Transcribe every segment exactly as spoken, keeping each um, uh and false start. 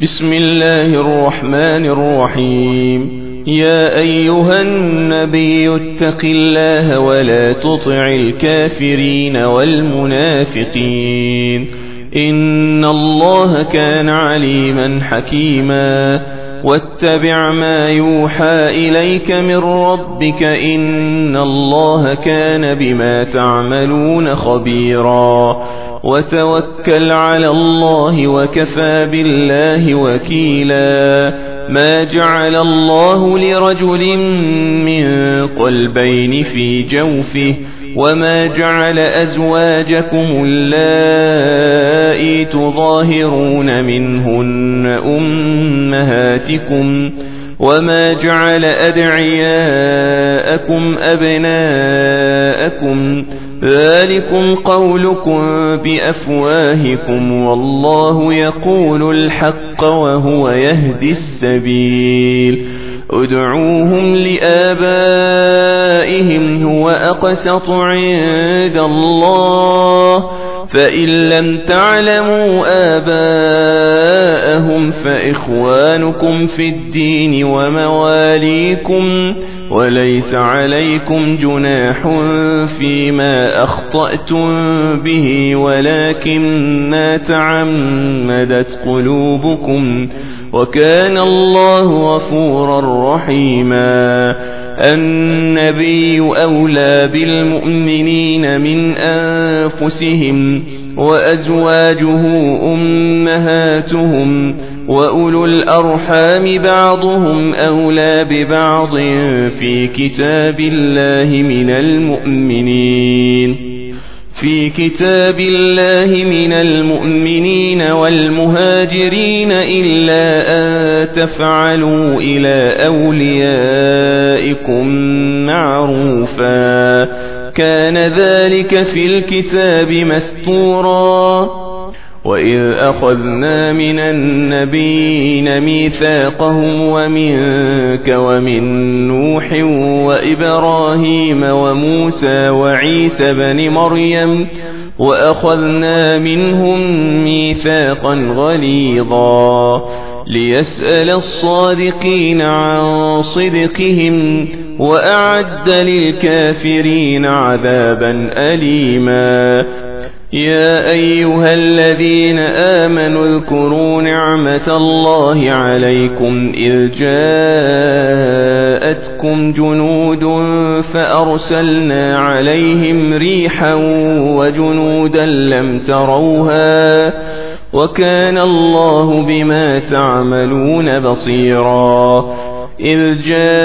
بسم الله الرحمن الرحيم. يا أيها النبي اتق الله ولا تطع الكافرين والمنافقين إن الله كان عليما حكيما. واتبع ما يوحى إليك من ربك إن الله كان بما تعملون خبيرا. وتوكل على الله وكفى بالله وكيلا. ما جعل الله لرجل من قلبين في جوفه وما جعل أزواجكم اللائي تظاهرون منهن أمهاتكم وما جعل أدعياءكم أبناءكم ذلكم قولكم بأفواهكم والله يقول الحق وهو يهدي السبيل. ادعوهم لآبائهم هو أقسط عند الله فإن لم تعلموا آباءهم فإخوانكم في الدين ومواليكم وليس عليكم جناح فيما أخطأتم به ولكن ما تعمدت قلوبكم وكان الله غفورا رحيما. النبي أولى بالمؤمنين من أنفسهم وأزواجه أمهاتهم وأولو الأرحام بعضهم أولى ببعض في كتاب الله من المؤمنين في كتاب الله من المؤمنين والمهاجرين إلا أن تفعلوا إلى أوليائكم معروفا كان ذلك في الكتاب مستورا. وإذ أخذنا من النبيين ميثاقهم ومنك ومن نوح وإبراهيم وموسى وعيسى بن مريم وأخذنا منهم ميثاقا غليظا ليسأل الصادقين عن صدقهم وأعد للكافرين عذابا أليما. يا أيها الذين آمنوا اذكروا نعمة الله عليكم إذ جاءتكم جنود فأرسلنا عليهم ريحا وجنودا لم تروها وكان الله بما تعملون بصيرا. إذ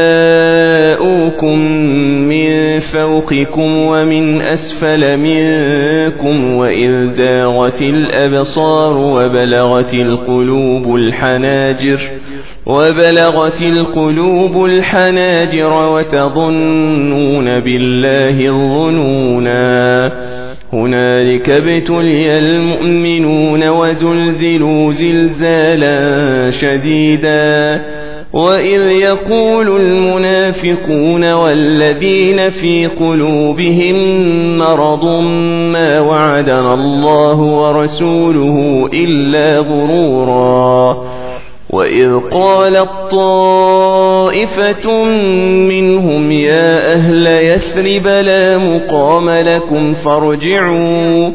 جاءوكم من فوقكم ومن أسفل منكم وإذ زاغت الأبصار وبلغت القلوب الحناجر وبلغت القلوب الحناجر وتظنون بالله الظنونا. هنالك ابتلي المؤمنون وزلزلوا زلزالا شديدا. وإذ يقول المنافقون والذين في قلوبهم مرض ما وعدنا الله ورسوله إلا غرورا. وإذ قالت طائفة منهم يا أهل يثرب لا مقام لكم فارجعوا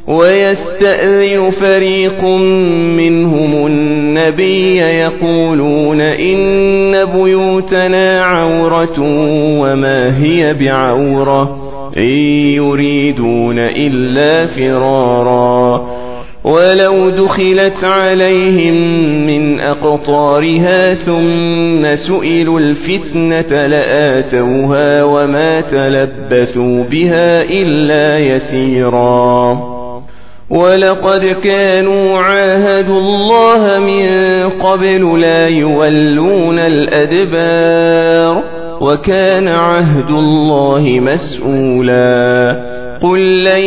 ويستأذن فريق منهم النبي يقولون إن بيوتنا عورة وما هي بعورة إن يريدون إلا فرارا. ولو دخلت عليهم من أقطارها ثم سئلوا الفتنة لآتوها وما تلبثوا بها إلا يسيرا. ولقد كانوا عاهدوا الله من قبل لا يولون الأدبار وكان عهد الله مسؤولا. قل لن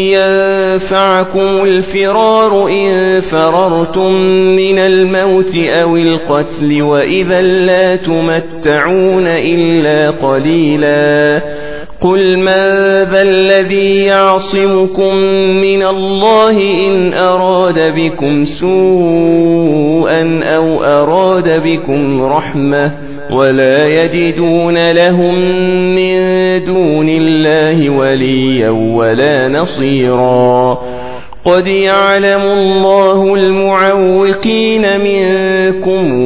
ينفعكم الفرار إن فررتم من الموت أو القتل وإذا لا تمتعون إلا قليلا. قل من ذا الذي يعصمكم من الله إن أراد بكم سوءا أراد بكم رحمة ولا يجدون لهم من دون الله وليا ولا نصيرا قد يعلم الله المعوقين منكم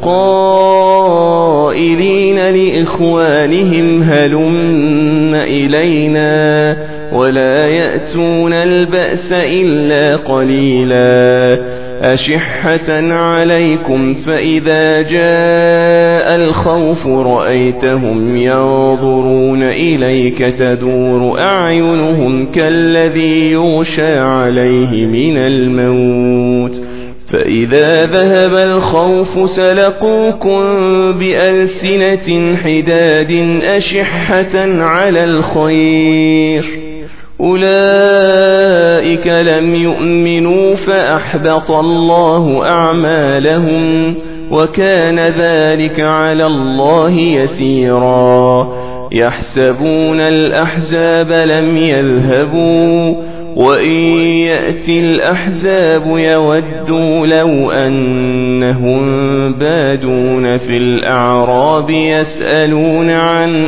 والقائلين لإخوانهم هلم إلينا ولا يأتون البأس إلا قليلا أشحة عليكم فإذا جاء الخوف رأيتهم ينظرون إليك تدور أعينهم كالذي يغشى عليه من الموت فإذا ذهب الخوف سلقوكم بألسنة حداد أشحة على الخير أولئك لم يؤمنوا فأحبط الله أعمالهم وكان ذلك على الله يسيرا يحسبون الأحزاب لم يذهبوا وإن يأتي الأحزاب يودوا لو أنهم بادون في الأعراب يسألون عن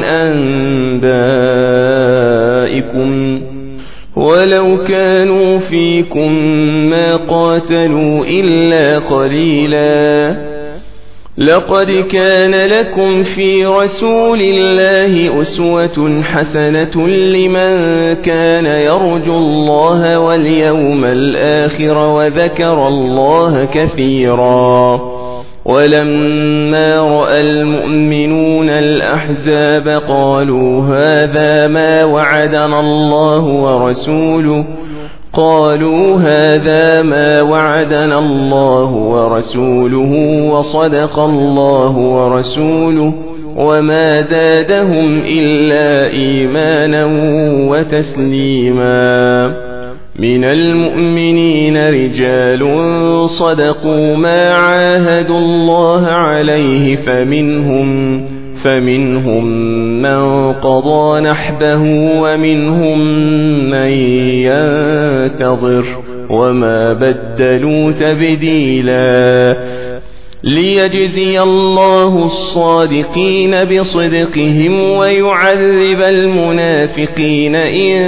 أنبائكم ولو كانوا فيكم ما قاتلوا إلا قليلا لقد كان لكم في رسول الله أسوة حسنة لمن كان يرجو الله واليوم الآخر وذكر الله كثيرا ولما رأى المؤمنون الأحزاب قالوا هذا ما وعدنا الله ورسوله قالوا هذا ما وعدنا الله ورسوله وصدق الله ورسوله وما زادهم إلا إيمانا وتسليما من المؤمنين رجال صدقوا ما عاهدوا الله عليه فمنهم فمنهم من قضى نحبه ومنهم من ينتظر وما بدلوا تبديلا ليجزي الله الصادقين بصدقهم ويعذب المنافقين إن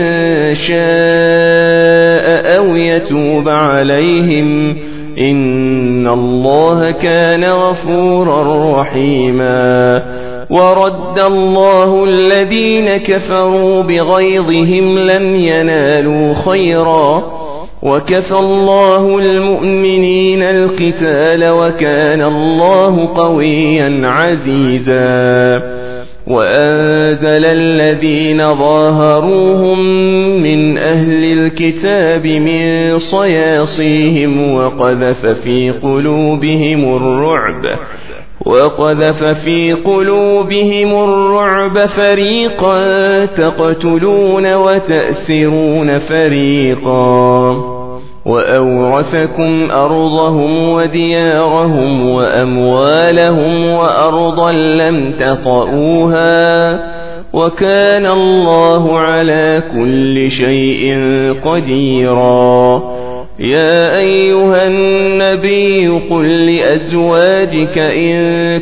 شاء أو يتوب عليهم إن الله كان غفورا رحيما ورد الله الذين كفروا بغيظهم لم ينالوا خيرا وكفى الله المؤمنين القتال وكان الله قويا عزيزا وأنزل الذين ظاهروهم من أهل الكتاب من صياصيهم وقذف في قلوبهم الرعب وقذف في قلوبهم الرعب فريقا تقتلون وتأسرون فريقا وأورثكم أرضهم وديارهم وأموالهم وأرضا لم تطئوها وكان الله على كل شيء قديرا يا أيها النبي قل لأزواجك إن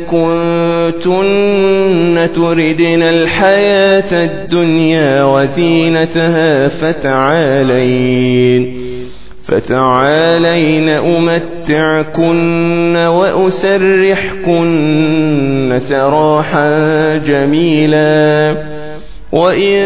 كنتن تردن الحياة الدنيا وزينتها فتعالين فتعالين أمتعكن وأسرحكن سراحا جميلا وإن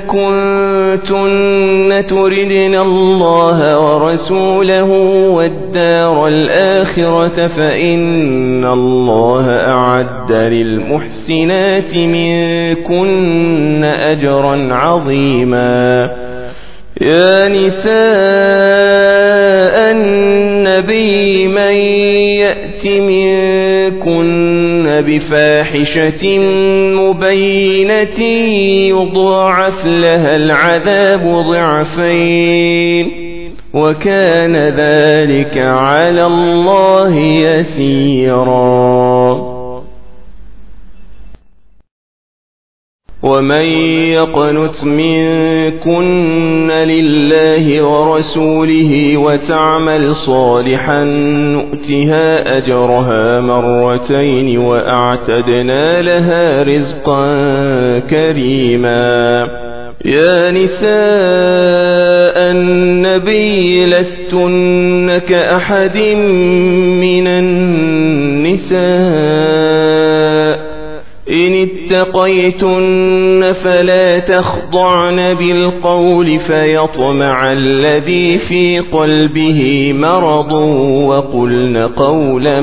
كنتن تردن الله ورسوله والدار الآخرة فإن الله أعد للمحسنات منكن أجرا عظيما يا نساء النبي من يأت منكن بفاحشة مبينة يضاعف لها العذاب ضعفين وكان ذلك على الله يسيرا ومن يقنت منكن لله ورسوله وتعمل صالحا نؤتها أجرها مرتين وأعتدنا لها رزقا كريما. يا نساء النبي لستن كأحد من النساء إن اتقيتن فلا تخضعن بالقول فيطمع الذي في قلبه مرض وقلن قولا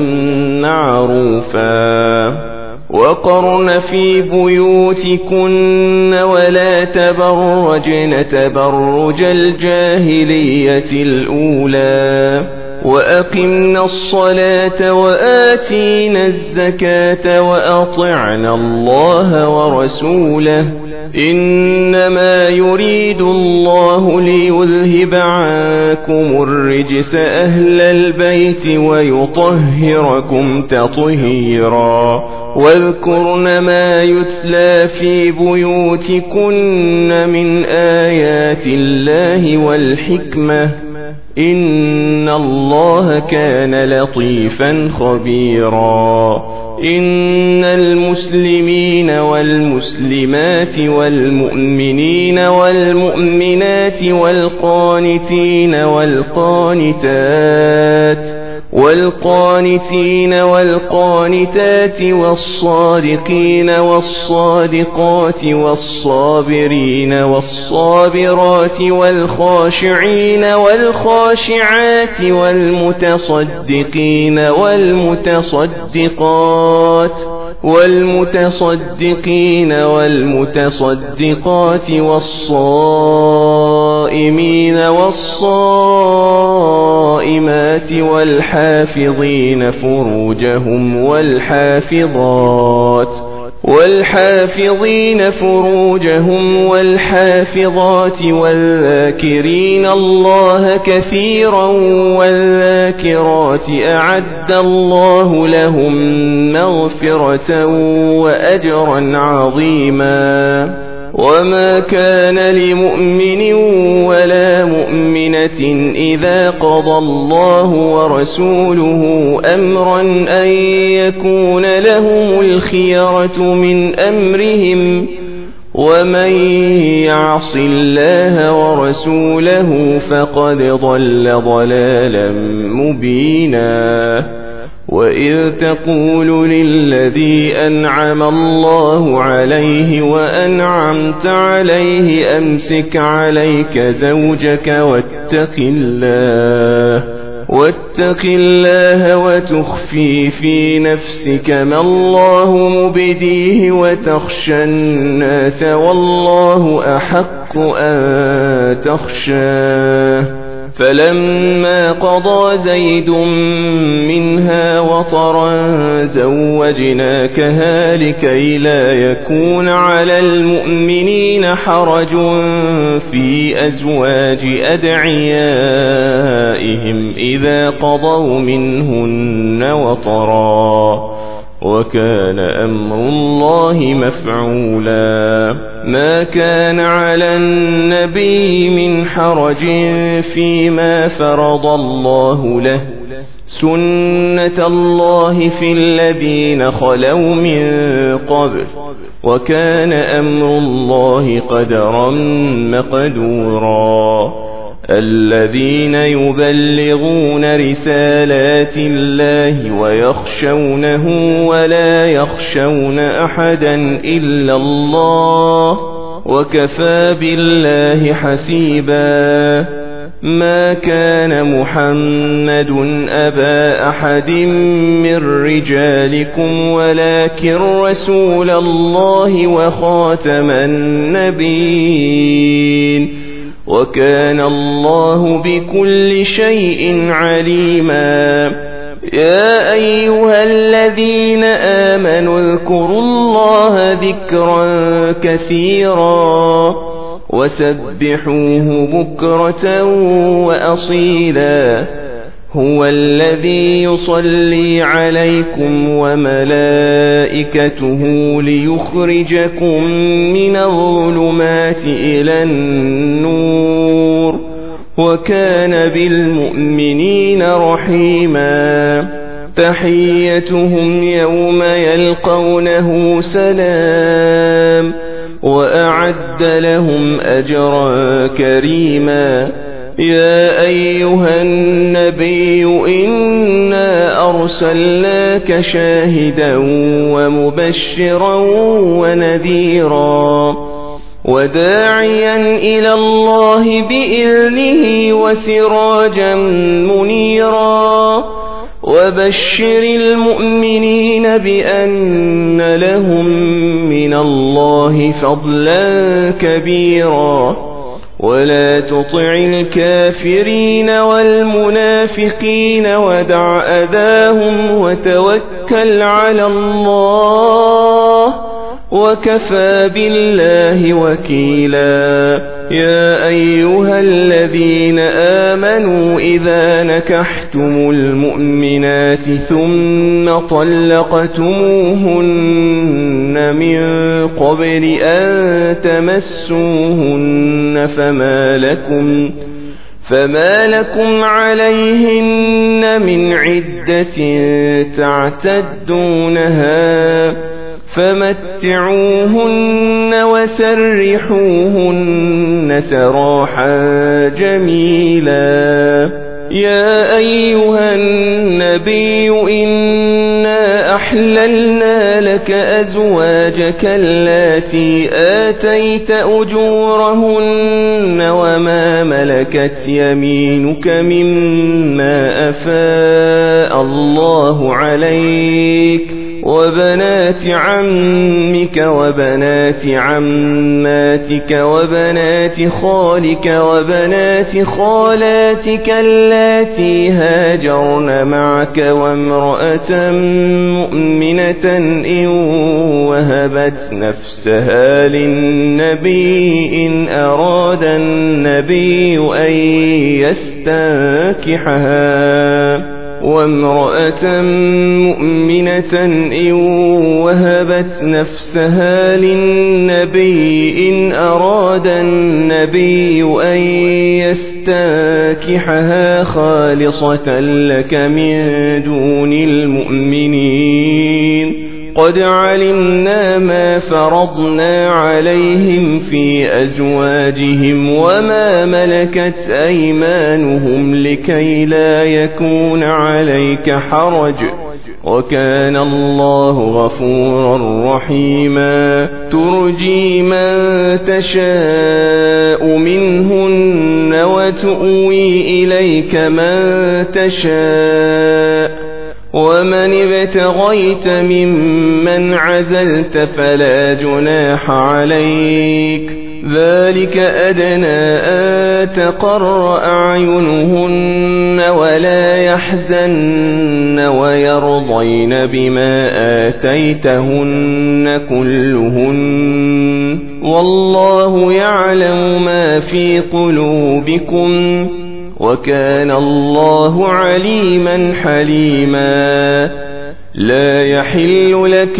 معروفا. وقرن في بيوتكن ولا تبرجن تبرج الجاهلية الأولى وأقمنا الصلاة وآتينا الزكاة وأطعنا الله ورسوله إنما يريد الله ليذهب عنكم الرجس أهل البيت ويطهركم تطهيرا. واذكرن ما يتلى في بيوتكن من آيات الله والحكمة إن الله كان لطيفا خبيرا. إن المسلمين والمسلمات والمؤمنين والمؤمنات والقانتين والقانتات والقانتين والقانتات والصادقين والصادقات والصابرين والصابرات والخاشعين والخاشعات والمتصدقين والمتصدقات والمتصدقين والمتصدقات والصائمين والصائمات والحافظين فروجهم والحافظات والحافظين فروجهم والحافظات والذاكرين الله كثيرا والذاكرات أعد الله لهم مغفرة وأجرا عظيما. وما كان لمؤمن ولا مؤمنة إذا قضى الله ورسوله أمرا أن يكون لهم الخيرة من أمرهم ومن يعص الله ورسوله فقد ضل ضلالا مبينا. وإذ تقول للذي أنعم الله عليه وأنعمت عليه أمسك عليك زوجك واتق الله واتق الله وتخفي في نفسك ما الله مبديه وتخشى الناس والله أحق أن تخشاه. فلما قضى زيد منها وطرا زوجناكها لكي لا يكون على المؤمنين حرج في أزواج أدعيائهم إذا قضوا منهن وطرا وكان أمر الله مفعولا. ما كان على النبي من حرج فيما فرض الله له سنة الله في الذين خلوا من قبل وكان أمر الله قدرا مقدورا. الذين يبلغون رسالات الله ويخشونه ولا يخشون أحدا إلا الله وكفى بالله حسيبا. ما كان محمد أبا أحد من رجالكم ولكن رسول الله وخاتم النبيين وكان الله بكل شيء عليما. يا أيها الذين آمنوا اذكروا الله ذكرا كثيرا وسبحوه بكرة وأصيلا. هو الذي يصلي عليكم وملائكته ليخرجكم من الظلمات إلى النور وكان بالمؤمنين رحيما تحيتهم يوم يلقونه سلام وأعد لهم أجرا كريما يا أيها النبي إنا أرسلناك شاهدا ومبشرا ونذيرا وداعيا إلى الله بإذنه وسراجا منيرا وبشر المؤمنين بأن لهم من الله فضلا كبيرا ولا تطع الكافرين والمنافقين ودع أذاهم وتوكل على الله وكفى بالله وكيلا يا أيها الذين آمنوا إذا نكحتم المؤمنات ثم طلقتموهن من قبل أن تمسوهن فما لكم فما لكم عليهن من عدة تعتدونها فمتعوهن وسرحوهن سراحا جميلا يا أيها النبي إنا أحللنا لك أزواجك اللاتي آتيت أجورهن وما ملكت يمينك مما أفاء الله عليك وبنات عمك وبنات عماتك وبنات خالك وبنات خالاتك اللاتي هاجرن معك وامرأة مؤمنة إن وهبت نفسها للنبي إن أراد النبي أن يستنكحها وامرأة مؤمنة إن وهبت نفسها للنبي إن أراد النبي أن يستنكحها خالصة لك من دون المؤمنين قد علمنا ما فرضنا عليهم في أزواجهم وما ملكت أيمانهم لكي لا يكون عليك حرج وكان الله غفورا رحيما ترجي من تشاء منهن وتؤوي إليك من تشاء ومن ابتغيت ممن عزلت فلا جناح عليك ذلك أدنى أن تقر أعينهن ولا يحزن ويرضين بما آتيتهن كلهن والله يعلم ما في قلوبكم وكان الله عليما حليما لا يحل لك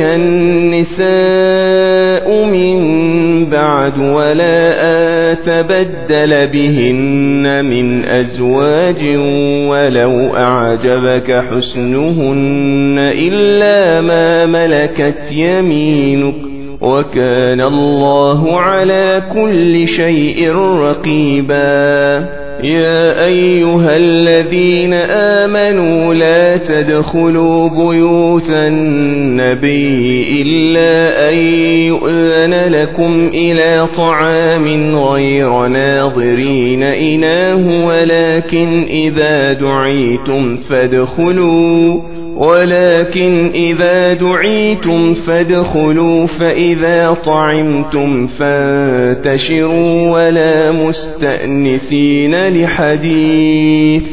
النساء من بعد ولا أن تبدل بهن من أزواج ولو أعجبك حسنهن إلا ما ملكت يمينك وكان الله على كل شيء رقيبا يا أيها الذين آمنوا لا تدخلوا بيوت النبي إلا أن يؤذن لكم إلى طعام غير ناظرين إناه ولكن إذا دعيتم فادخلوا ولكن إذا دعيتم فادخلوا فإذا طعمتم فانتشروا ولا مستأنسين لحديث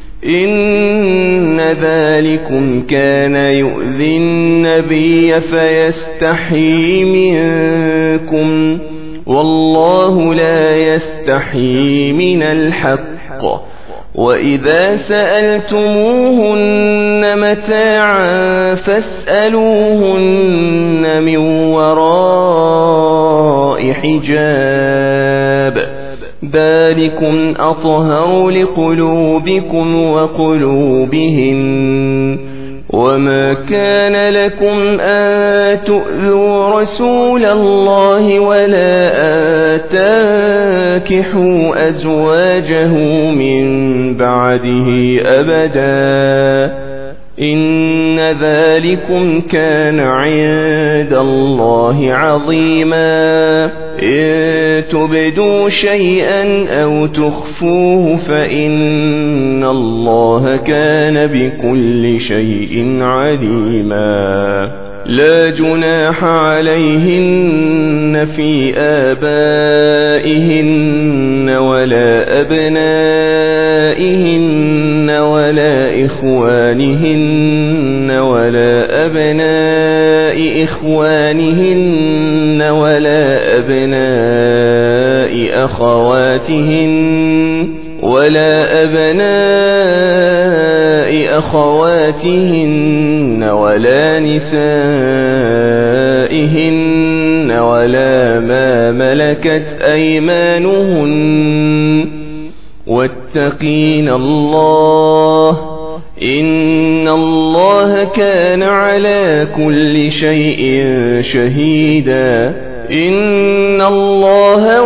إن ذلكم كان يؤذي النبي فيستحيي منكم والله لا يستحيي من الحق وإذا سألتموهن متاعا فاسألوهن من وراء حجاب ذلكم أطهر لقلوبكم وقلوبهن وما كان لكم أن تؤذوا رسول الله ولا أن تنكحوا أزواجه من بعده أبدا إن ذلكم كان عند الله عظيما إن تبدوا شيئا أو تخفوه فإن الله كان بكل شيء عليما لا جناح عليهن في آبائهن ولا أبنائهن ولا إخوانهن ولا أبناء إخوانهن ولا أبناء أخواتهن ولا أبناء أخواتهن ولا نسائهن ولا ما ملكت أيمانهن واتقين الله إن الله كان على كل شيء شهيدا إن الله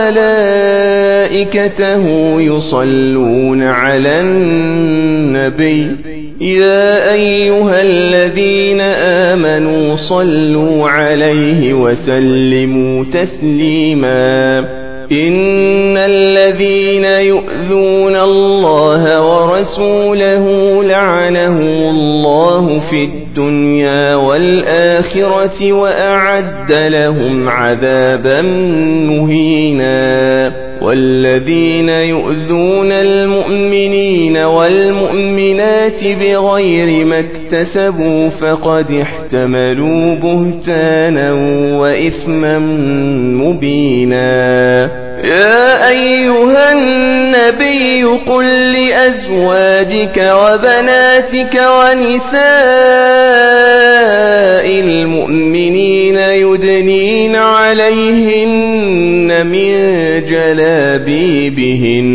وملائكته يصلون على النبي يا أيها الذين آمنوا صلوا عليه وسلموا تسليما إن الذين يؤذون الله ورسوله لعنهم الله في الدنيا والآخرة وأعد لهم عذابا مهينا والذين يؤذون المؤمنين والمؤمنات بغير ما اكتسبوا فقد احتملوا بهتانا وإثما مبينا يا أيها النبي قل لأزواجك وبناتك ونساء المؤمنين يدنين عليهن من جلابيبهن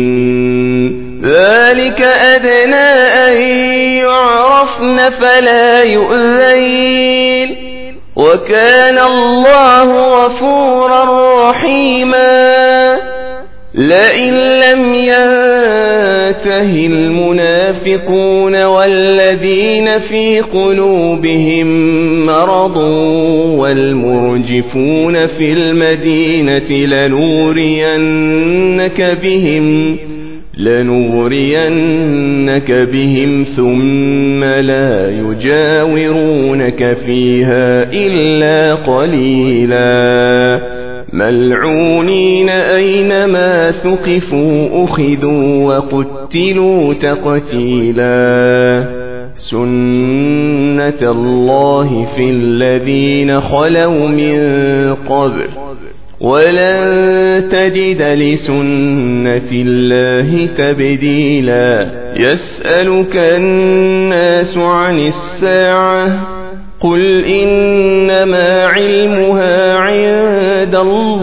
ذلك أدنى أن يعرفن فلا يؤذين وكان الله غفورا رحيما لئن لم ينته المنافقون والذين في قلوبهم مرض والمرجفون في المدينة لنغرينك بهم لنغرينك بهم ثم لا يجاورونك فيها إلا قليلا ملعونين أينما ثقفوا أخذوا وقتلوا تقتيلا سنة الله في الذين خلوا من قبل ولن تجد لسنة الله تبديلا يسألك الناس عن الساعة قل إنما علمها عند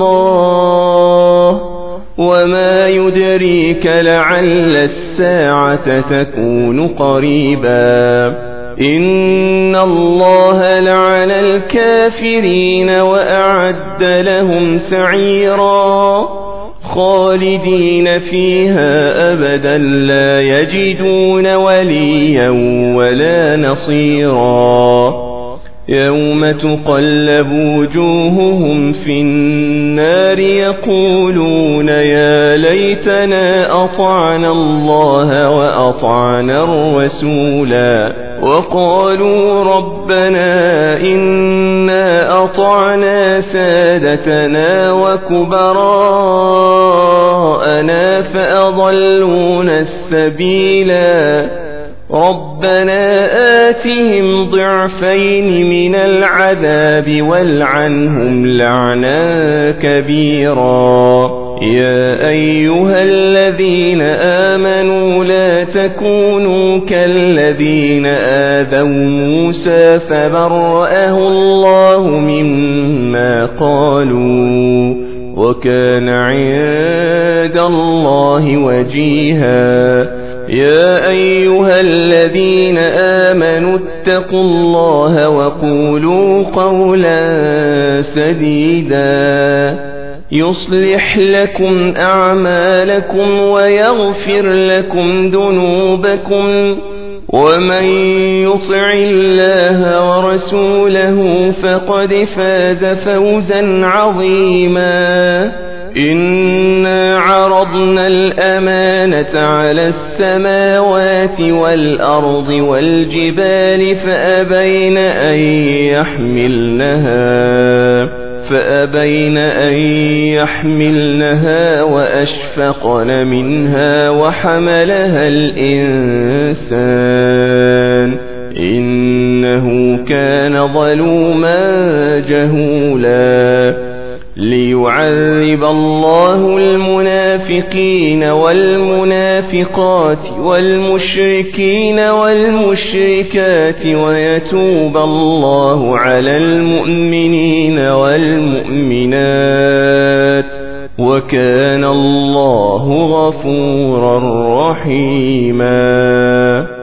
الله وما يدريك لعل الساعة تكون قريبا إن الله لعن الكافرين وأعد لهم سعيرا خالدين فيها أبدا لا يجدون وليا ولا نصيرا يوم تقلب وجوههم في النار يقولون يا ليتنا أطعنا الله وأطعنا الرسولا وقالوا ربنا إنا أطعنا سادتنا وكبراءنا فأضلونا السبيلا ربنا آتهم ضعفين من العذاب والعنهم لعنا كبيرا يا أيها الذين آمنوا لا تكونوا كالذين آذوا موسى فبرأه الله مما قالوا وكان عند الله وجيها يا أيها الذين آمنوا اتقوا الله وقولوا قولا سديدا يصلح لكم أعمالكم ويغفر لكم ذنوبكم ومن يطع الله ورسوله فقد فاز فوزا عظيما إنا عرضنا الأمانة على السماوات والأرض والجبال فأبين أن يحملنها فأبين أن يحملنها وأشفقن منها وحملها الإنسان إنه كان ظلوما جهولا ليعذب الله المنافقين والمنافقات والمشركين والمشركات ويتوب الله على المؤمنين والمؤمنات وكان الله غفورا رحيما.